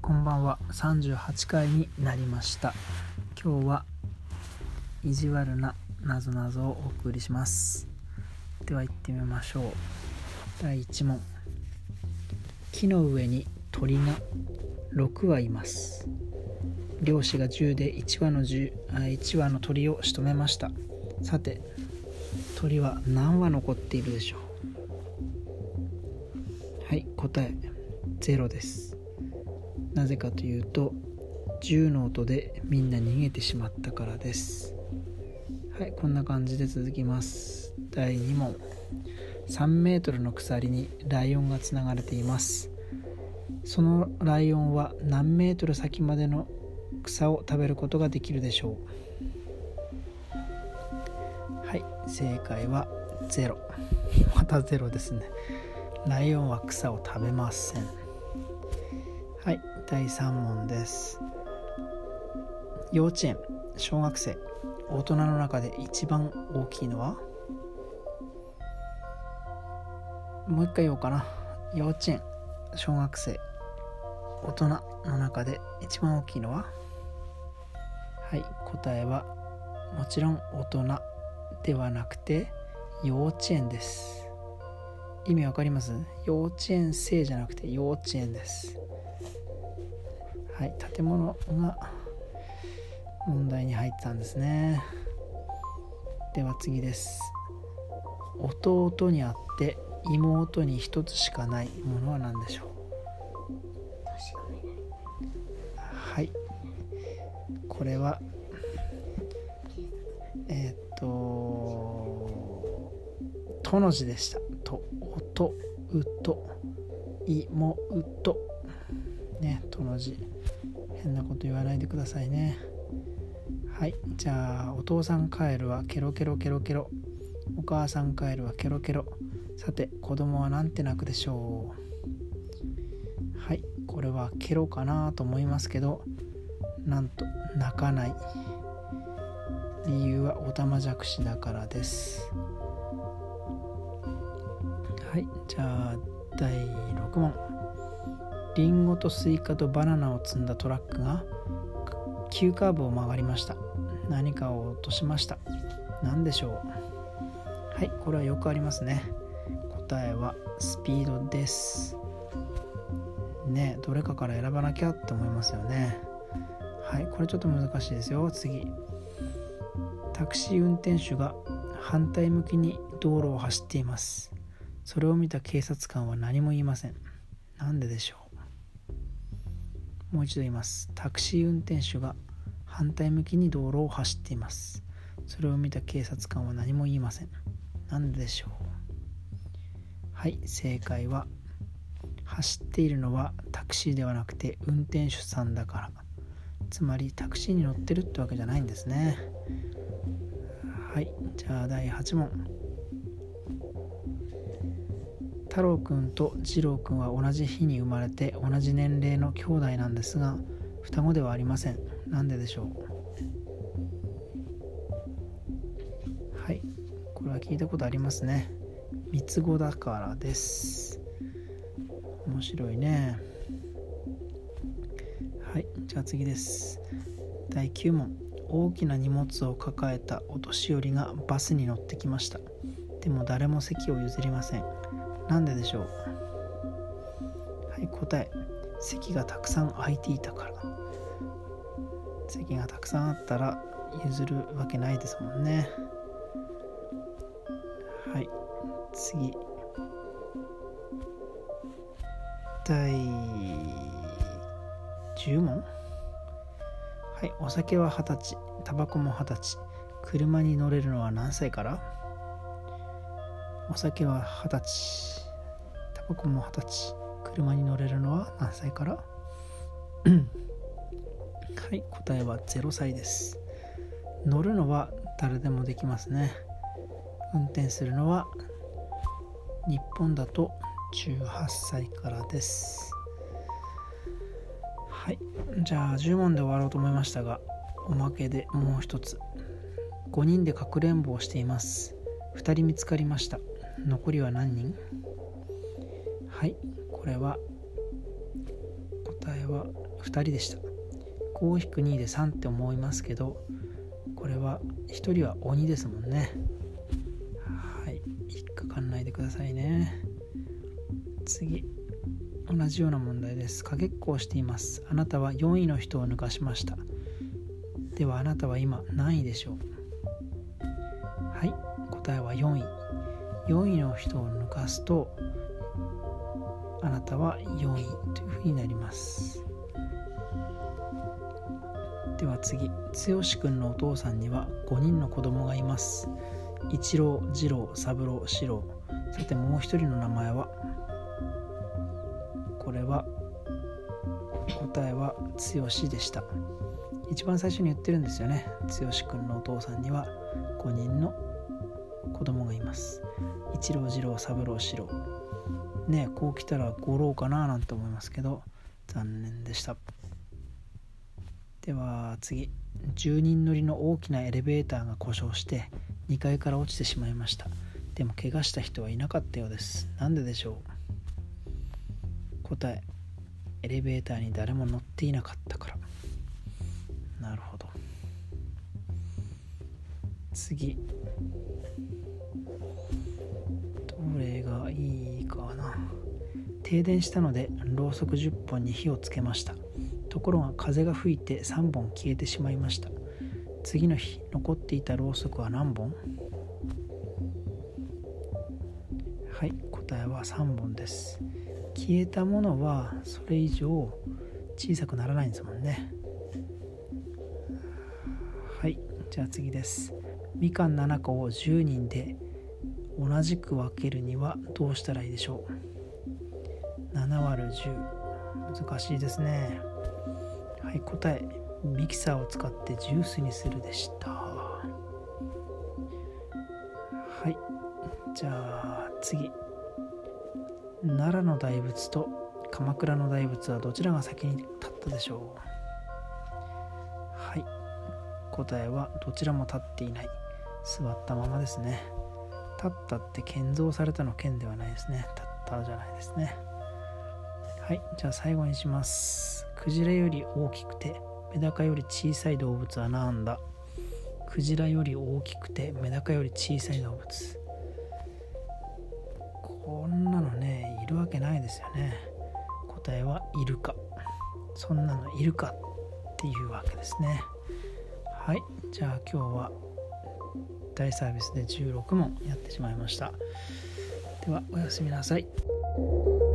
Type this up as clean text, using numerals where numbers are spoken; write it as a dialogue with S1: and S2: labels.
S1: こんばんは。38回になりました。今日は意地悪ななぞなぞをお送りします。では行ってみましょう。第1問。木の上に鳥が6羽います。漁師が銃で1羽の鳥を仕留めました。さて、鳥は何羽残っているでしょう。はい、答え0です。なぜかというと、銃の音でみんな逃げてしまったからです。はい、こんな感じで続きます。第2問。3メートルの鎖にライオンがつながれています。そのライオンは何メートル先までの草を食べることができるでしょう。はい、正解は0。また0ですね。ライオンは草を食べません。はい、第3問です。幼稚園、小学生、大人の中で一番大きいのは？もう一回言おうかな。幼稚園、小学生、大人の中で一番大きいのは？はい、答えはもちろん大人ではなくて幼稚園です。意味わかります？幼稚園生じゃなくて幼稚園です。はい、建物が問題に入ってたんですね。では次です。弟にあって妹に一つしかないものは何でしょう。はい、これはとの字でした。と、おと、うと、いもうとね、との字。変なこと言わないでくださいね。はい、じゃあお父さんカエルはケロケロケロケロ、お母さんカエルはケロケロ。さて、子供はなんて鳴くでしょう。はい、これはケロかなと思いますけど、なんと鳴かない。理由はオタマジャクシだからです。はい、じゃあ第6問。リンゴとスイカとバナナを積んだトラックが急カーブを曲がりました。何かを落としました。何でしょう。はい、これはよくありますね。答えはスピードですね。どれかから選ばなきゃって思いますよね。はい、これちょっと難しいですよ。次。タクシー運転手が反対向きに道路を走っています。それを見た警察官は何も言いません。なんででしょう。もう一度言います。タクシー運転手が反対向きに道路を走っています。それを見た警察官は何も言いません。なんででしょう。はい、正解は走っているのはタクシーではなくて運転手さんだから。つまりタクシーに乗ってるってわけじゃないんですね。はい、じゃあ第8問。太郎くんと次郎くんは同じ日に生まれて同じ年齢の兄弟なんですが、双子ではありません。なんででしょう。はい、これは聞いたことありますね。三つ子だからです。面白いね。はい、じゃあ次です。第9問。大きな荷物を抱えたお年寄りがバスに乗ってきました。でも誰も席を譲りません。なんででしょう。はい、答え席がたくさん空いていたから。席がたくさんあったら譲るわけないですもんね。はい、次。第10問。はい、お酒は20歳、タバコも20歳、車に乗れるのは何歳から？お酒は20歳、タバコも20歳、車に乗れるのは何歳から？はい、答えは0歳です。乗るのは誰でもできますね。運転するのは日本だと18歳からです。はい、じゃあ10問で終わろうと思いましたが、おまけでもう一つ。5人でかくれんぼをしています。2人見つかりました。残りは何人？はい、これは答えは 2人でした。5-2で3って思いますけど、これは1人は鬼ですもんね。はい、引っかかんないでくださいね。次、同じような問題です。かけっこをしています。あなたは4位の人を抜かしました。ではあなたは今何位でしょう。はい、答えは4位。4位の人を抜かすとあなたは4位というふうになります。では次、剛くんのお父さんには5人の子供がいます。一郎、二郎、三郎、四郎。さてもう一人の名前は。これは答えは剛でした。一番最初に言ってるんですよね。剛くんのお父さんには5人の子供がいます。一郎、二郎、三郎、四郎ね。こう来たら五郎かななんて思いますけど残念でした。では次、10人乗りの大きなエレベーターが故障して2階から落ちてしまいました。でも怪我した人はいなかったようです。なんででしょう。答え、エレベーターに誰も乗っていなかったから。なるほど。次、どれがいいかな。停電したのでろうそく10本に火をつけました。ところが風が吹いて3本消えてしまいました。次の日残っていたろうそくは何本。はい、答えは3本です。消えたものはそれ以上小さくならないんですもんね。はい、じゃあ次です。みかん7個を10人で同じく分けるにはどうしたらいいでしょう。7割る10、難しいですね。はい、答え、ミキサーを使ってジュースにするでした。はい、じゃあ次、奈良の大仏と鎌倉の大仏はどちらが先に立ったでしょう。はい、答えはどちらも立っていない。座ったままですね。立ったって建造されたの建ではないですね。立ったじゃないですね。はい、じゃあ最後にします。クジラより大きくてメダカより小さい動物はなんだ。クジラより大きくてメダカより小さい動物、こんなのね、いるわけないですよね。答えはイルカ。そんなのいるかっていうわけですね。はい、じゃあ今日は大サービスで16問やってしまいました。ではおやすみなさい。